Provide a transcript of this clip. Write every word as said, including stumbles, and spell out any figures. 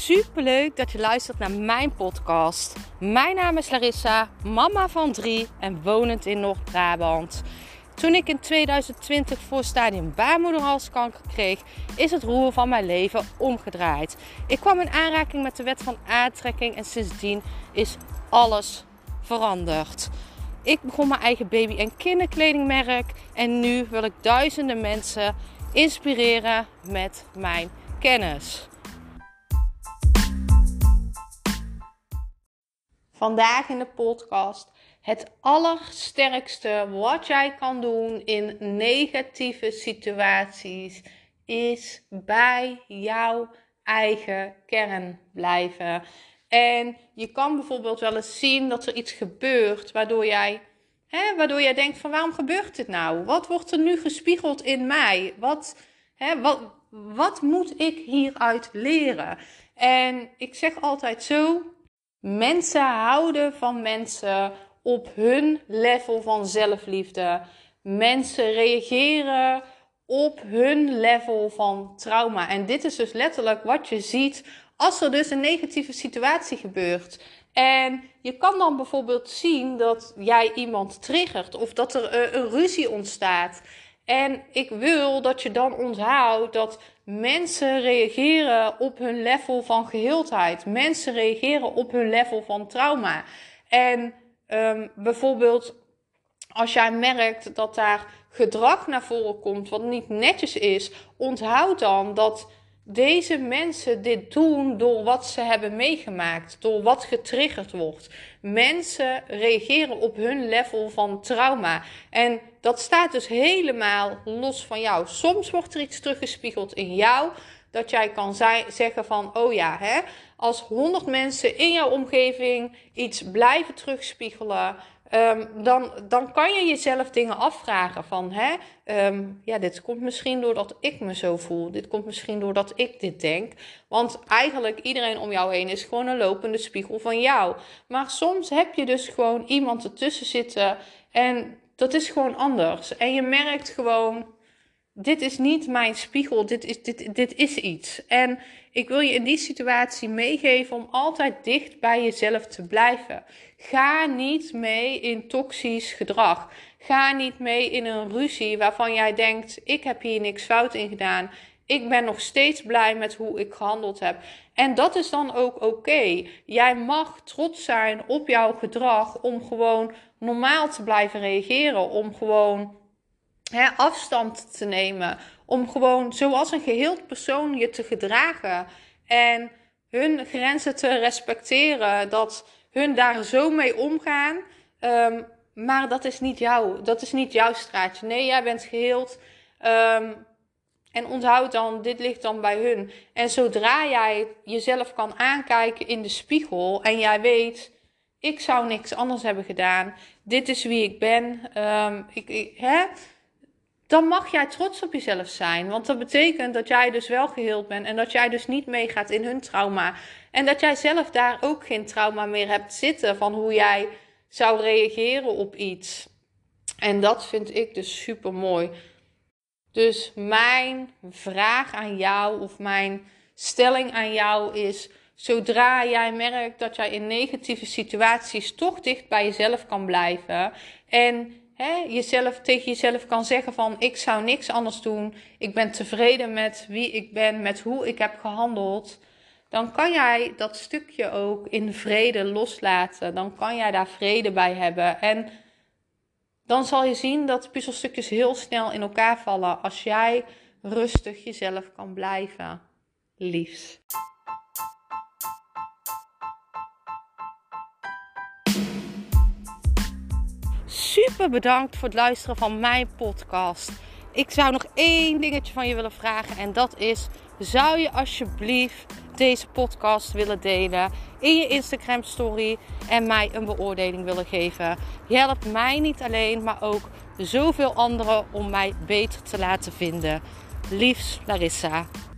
Superleuk dat je luistert naar mijn podcast. Mijn naam is Larissa, mama van drie en wonend in Noord-Brabant. Toen ik in tweeduizend twintig voor stadium baarmoederhalskanker kreeg, is het roer van mijn leven omgedraaid. Ik kwam in aanraking met de wet van aantrekking en sindsdien is alles veranderd. Ik begon mijn eigen baby- en kinderkledingmerk en nu wil ik duizenden mensen inspireren met mijn kennis. Vandaag in de podcast het allersterkste wat jij kan doen in negatieve situaties is bij jouw eigen kern blijven. En je kan bijvoorbeeld wel eens zien dat er iets gebeurt waardoor jij, hè, waardoor jij denkt van waarom gebeurt dit nou? Wat wordt er nu gespiegeld in mij? Wat, hè, wat, wat moet ik hieruit leren? En ik zeg altijd zo, mensen houden van mensen op hun level van zelfliefde. Mensen reageren op hun level van trauma. En dit is dus letterlijk wat je ziet als er dus een negatieve situatie gebeurt. En je kan dan bijvoorbeeld zien dat jij iemand triggert of dat er uh, een ruzie ontstaat. En ik wil dat je dan onthoudt dat mensen reageren op hun level van geheeldheid. Mensen reageren op hun level van trauma. En um, bijvoorbeeld als jij merkt dat daar gedrag naar voren komt wat niet netjes is, onthoud dan dat deze mensen dit doen door wat ze hebben meegemaakt, door wat getriggerd wordt. Mensen reageren op hun level van trauma. En dat staat dus helemaal los van jou. Soms wordt er iets teruggespiegeld in jou, dat jij kan zi- zeggen van, oh ja, hè, als honderd mensen in jouw omgeving iets blijven terugspiegelen, Um, dan, dan kan je jezelf dingen afvragen van, hè, um, ja, dit komt misschien doordat ik me zo voel. Dit komt misschien doordat ik dit denk. Want eigenlijk iedereen om jou heen is gewoon een lopende spiegel van jou. Maar soms heb je dus gewoon iemand ertussen zitten en dat is gewoon anders. En je merkt gewoon, dit is niet mijn spiegel, dit is, dit, dit is iets. En ik wil je in die situatie meegeven om altijd dicht bij jezelf te blijven. Ga niet mee in toxisch gedrag. Ga niet mee in een ruzie waarvan jij denkt, ik heb hier niks fout in gedaan. Ik ben nog steeds blij met hoe ik gehandeld heb. En dat is dan ook oké. Okay. Jij mag trots zijn op jouw gedrag om gewoon normaal te blijven reageren. Om gewoon He, afstand te nemen. Om gewoon zoals een geheeld persoon je te gedragen. En hun grenzen te respecteren. Dat hun daar zo mee omgaan. Um, maar dat is niet jou. Dat is niet jouw straatje. Nee, jij bent geheeld. Um, en onthoud dan, dit ligt dan bij hun. En zodra jij jezelf kan aankijken in de spiegel. En jij weet, ik zou niks anders hebben gedaan. Dit is wie ik ben. Um, ik, ik, hè? Dan mag jij trots op jezelf zijn. Want dat betekent dat jij dus wel geheeld bent. En dat jij dus niet meegaat in hun trauma. En dat jij zelf daar ook geen trauma meer hebt zitten. Van hoe jij zou reageren op iets. En dat vind ik dus super mooi. Dus mijn vraag aan jou. Of mijn stelling aan jou is. Zodra jij merkt dat jij in negatieve situaties toch dicht bij jezelf kan blijven. En He, jezelf tegen jezelf kan zeggen van ik zou niks anders doen. Ik ben tevreden met wie ik ben, met hoe ik heb gehandeld. Dan kan jij dat stukje ook in vrede loslaten. Dan kan jij daar vrede bij hebben. En dan zal je zien dat de puzzelstukjes heel snel in elkaar vallen. Als jij rustig jezelf kan blijven. Liefs. Super bedankt voor het luisteren van mijn podcast. Ik zou nog één dingetje van je willen vragen. En dat is, zou je alsjeblieft deze podcast willen delen in je Instagram story. En mij een beoordeling willen geven. Je helpt mij niet alleen, maar ook zoveel anderen om mij beter te laten vinden. Liefs, Larissa.